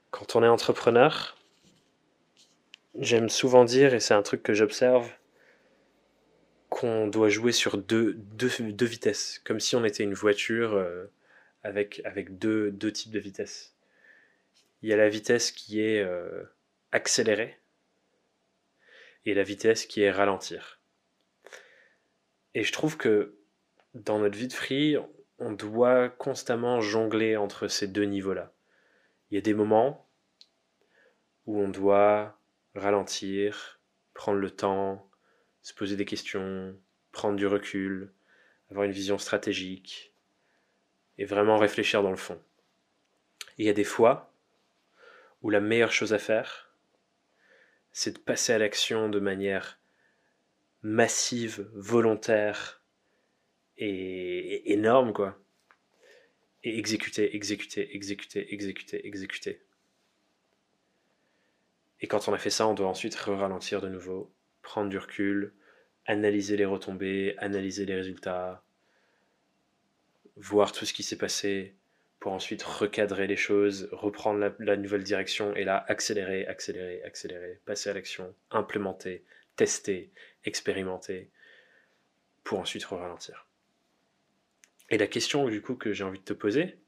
Quand on est entrepreneur, j'aime souvent dire, et c'est un truc que j'observe, qu'on doit jouer sur deux vitesses, comme si on était une voiture avec deux types de vitesses. Il y a la vitesse qui est accélérer et la vitesse qui est ralentir. Et je trouve que dans notre vie de free, on doit constamment jongler entre ces deux niveaux-là. Il y a des moments où on doit ralentir, prendre le temps, se poser des questions, prendre du recul, avoir une vision stratégique et vraiment réfléchir dans le fond. Et il y a des fois où la meilleure chose à faire, c'est de passer à l'action de manière massive, volontaire et énorme, quoi. Et exécuter, exécuter, exécuter, exécuter, exécuter. Et quand on a fait ça, on doit ensuite ralentir de nouveau, prendre du recul, analyser les retombées, analyser les résultats, voir tout ce qui s'est passé pour ensuite recadrer les choses, reprendre la nouvelle direction et là accélérer, accélérer, accélérer, passer à l'action, implémenter, tester, expérimenter pour ensuite ralentir. Et la question du coup que j'ai envie de te poser,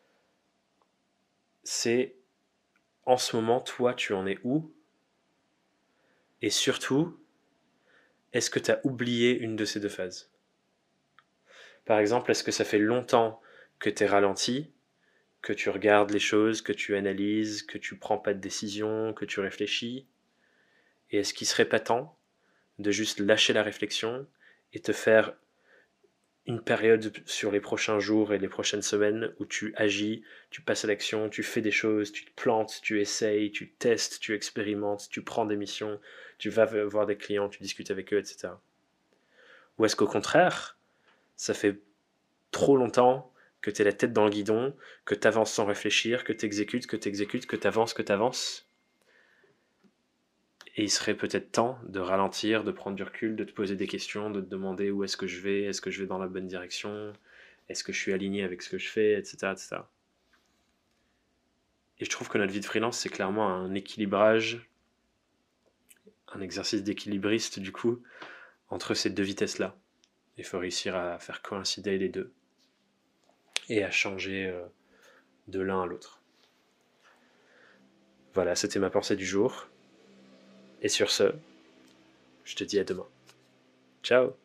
c'est en ce moment, toi, tu en es où? Et surtout, est-ce que tu as oublié une de ces deux phases? Par exemple, est-ce que ça fait longtemps que tu es ralenti, que tu regardes les choses, que tu analyses, que tu prends pas de décision, que tu réfléchis? Et est-ce qu'il serait pas temps de juste lâcher la réflexion et te faire une période sur les prochains jours et les prochaines semaines où tu agis, tu passes à l'action, tu fais des choses, tu te plantes, tu essayes, tu testes, tu expérimentes, tu prends des missions, tu vas voir des clients, tu discutes avec eux, etc. Ou est-ce qu'au contraire, ça fait trop longtemps que tu es la tête dans le guidon, que tu avances sans réfléchir, que tu exécutes, que tu exécutes, que tu avances, et il serait peut-être temps de ralentir, de prendre du recul, de te poser des questions, de te demander où est-ce que je vais dans la bonne direction, est-ce que je suis aligné avec ce que je fais, etc., etc. Et je trouve que notre vie de freelance, c'est clairement un équilibrage, un exercice d'équilibriste du coup, entre ces deux vitesses-là. Il faut réussir à faire coïncider les deux et à changer de l'un à l'autre. Voilà, c'était ma pensée du jour. Et sur ce, je te dis à demain. Ciao!